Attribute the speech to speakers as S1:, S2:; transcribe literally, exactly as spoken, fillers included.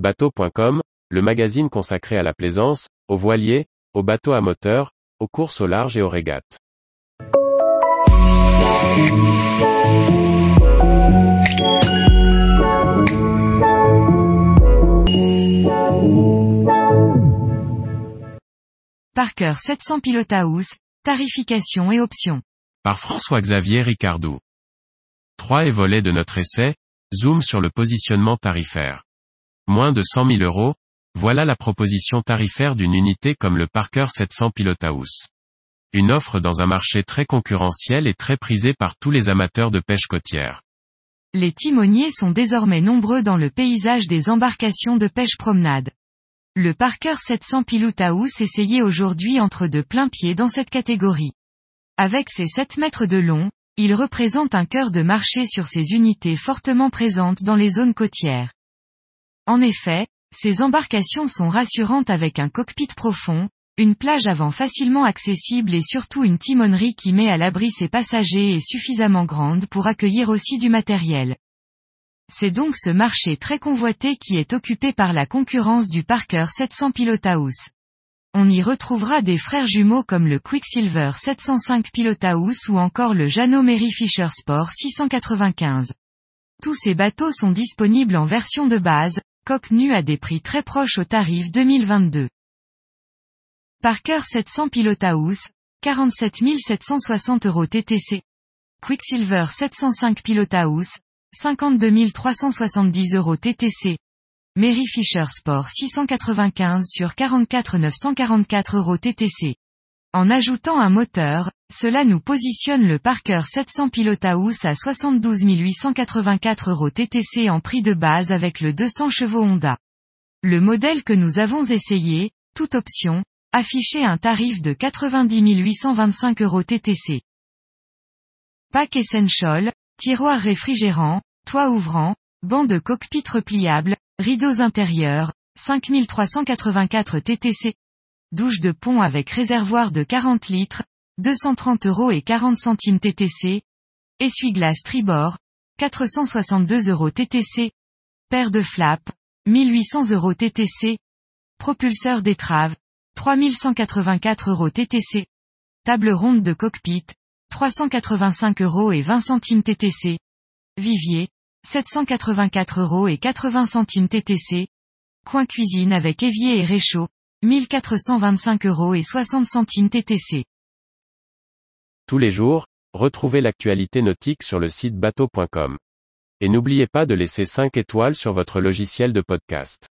S1: bateau point com, le magazine consacré à la plaisance, aux voiliers, aux bateaux à moteur, aux courses au large et aux régates.
S2: Parker sept cents Pilot House, tarification et options.
S1: Par François-Xavier Ricardou. trois et volet de notre essai, zoom sur le positionnement tarifaire. Moins de cent mille euros, voilà la proposition tarifaire d'une unité comme le Parker sept cents Pilot House. Une offre dans un marché très concurrentiel et très prisé par tous les amateurs de pêche côtière.
S2: Les timoniers sont désormais nombreux dans le paysage des embarcations de pêche promenade. Le Parker sept cents Pilot House essayé aujourd'hui entre de plein pied dans cette catégorie. Avec ses sept mètres de long, il représente un cœur de marché sur ces unités fortement présentes dans les zones côtières. En effet, ces embarcations sont rassurantes avec un cockpit profond, une plage avant facilement accessible et surtout une timonerie qui met à l'abri ses passagers et suffisamment grande pour accueillir aussi du matériel. C'est donc ce marché très convoité qui est occupé par la concurrence du Parker sept cents Pilot House. On y retrouvera des frères jumeaux comme le Quicksilver sept cent cinq Pilot House ou encore le Jeannot Merry Fisher Sport six cent quatre-vingt-quinze. Tous ces bateaux sont disponibles en version de base, coque nue à des prix très proches au tarif deux mille vingt-deux. Parker sept cents Pilot House, quarante-sept mille sept cent soixante euros T T C. Quicksilver sept cent cinq Pilot House, cinquante-deux mille trois cent soixante-dix euros T T C. Merry Fisher Sport six cent quatre-vingt-quinze sur quarante-quatre mille neuf cent quarante-quatre euros T T C. En ajoutant un moteur, cela nous positionne le Parker sept cents Pilot House à soixante-douze mille huit cent quatre-vingt-quatre euros T T C en prix de base avec le deux cents chevaux Honda. Le modèle que nous avons essayé, toute option, affichait un tarif de quatre-vingt-dix mille huit cent vingt-cinq euros T T C. Pack Essential, tiroir réfrigérant, toit ouvrant, banc de cockpit repliable, rideaux intérieurs, cinq mille trois cent quatre-vingt-quatre T T C. Douche de pont avec réservoir de quarante litres, deux cent trente euros et quarante centimes T T C. Essuie-glace tribord, quatre cent soixante-deux euros T T C. Paire de flaps, mille huit cents euros T T C. Propulseur d'étrave, trois mille cent quatre-vingt-quatre euros T T C. Table ronde de cockpit, trois cent quatre-vingt-cinq euros et vingt centimes T T C. Vivier, sept cent quatre-vingt-quatre euros et quatre-vingts centimes T T C. Coin cuisine avec évier et réchaud, mille quatre cent vingt-cinq euros et soixante centimes T T C.
S1: Tous les jours, retrouvez l'actualité nautique sur le site bateau point com. Et n'oubliez pas de laisser cinq étoiles sur votre logiciel de podcast.